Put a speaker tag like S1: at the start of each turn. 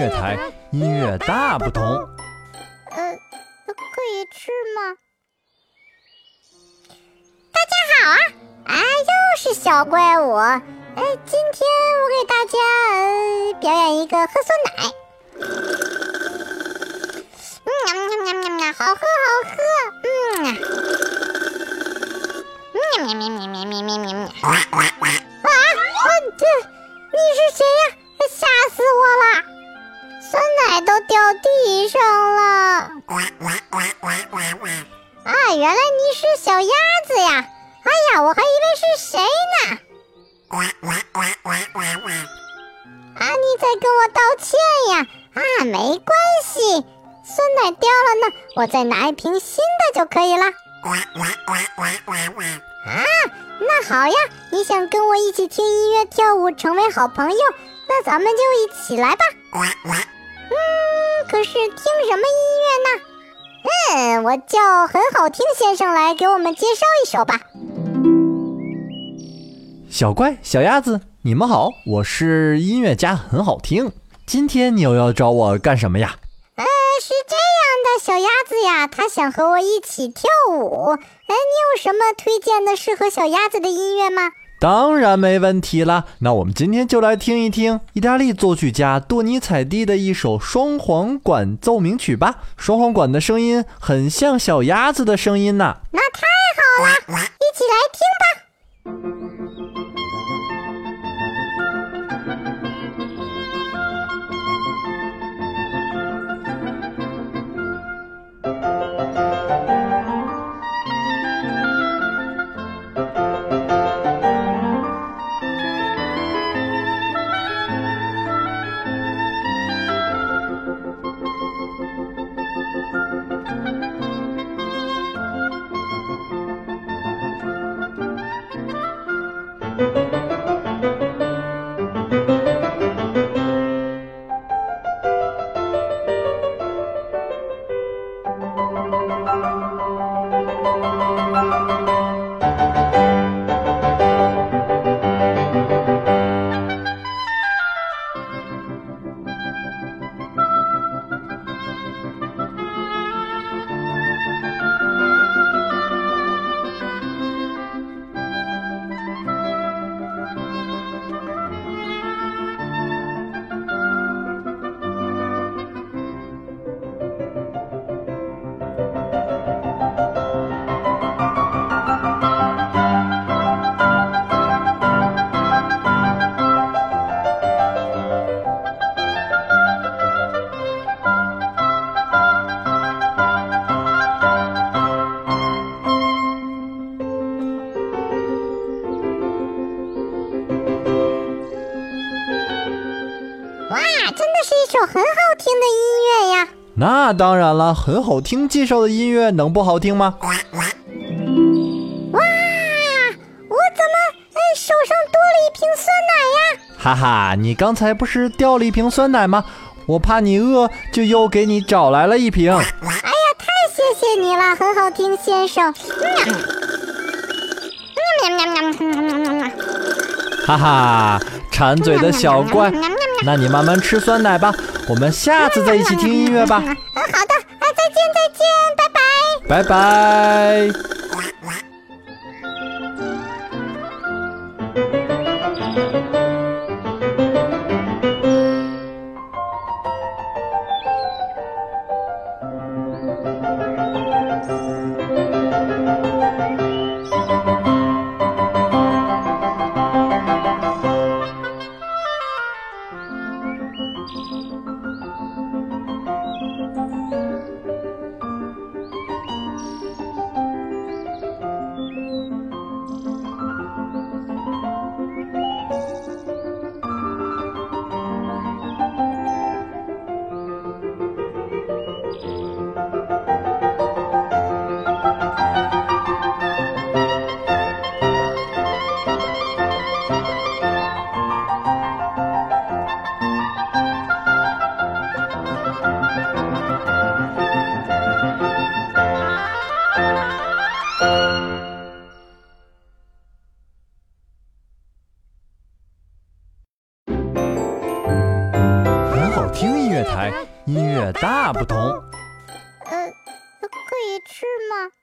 S1: 乐台，音乐大不同。
S2: 可以吃吗？大家好啊！又是小怪物。今天我给大家表演一个喝酸奶。好喝好喝。你是谁呀？吓死我了！酸奶都掉地上了。原来你是小鸭子呀！我还以为是谁呢。你在跟我道歉呀？没关系，酸奶掉了呢，我再拿一瓶新的就可以了。那好呀，你想跟我一起听音乐跳舞成为好朋友，那咱们就一起来吧。可是听什么音乐呢？我叫很好听先生来给我们介绍一首吧。
S1: 小怪小鸭子，你们好，我是音乐家很好听。今天你又要找我干什么呀？
S2: 是这样的，小鸭子呀，他想和我一起跳舞。你有什么推荐的适合小鸭子的音乐吗？
S1: 当然没问题啦，那我们今天就来听一听意大利作曲家多尼采蒂的一首双簧管奏鸣曲吧。双簧管的声音很像小鸭子的声音呢。
S2: 那太好了，一起来听吧。真的是一首很好听的音乐呀。
S1: 那当然了，很好听介绍的音乐能不好听吗？
S2: 哇，我怎么手上多了一瓶酸奶呀？
S1: 哈哈，你刚才不是掉了一瓶酸奶吗？我怕你饿，就又给你找来了一瓶。
S2: 太谢谢你了，很好听先生。
S1: 哈哈，馋嘴的小怪，那你慢慢吃酸奶吧，我们下次再一起听音乐吧。
S2: 好的，再见，拜拜。
S1: 拜拜。 乐台，音乐大不同。
S2: 可以吃吗？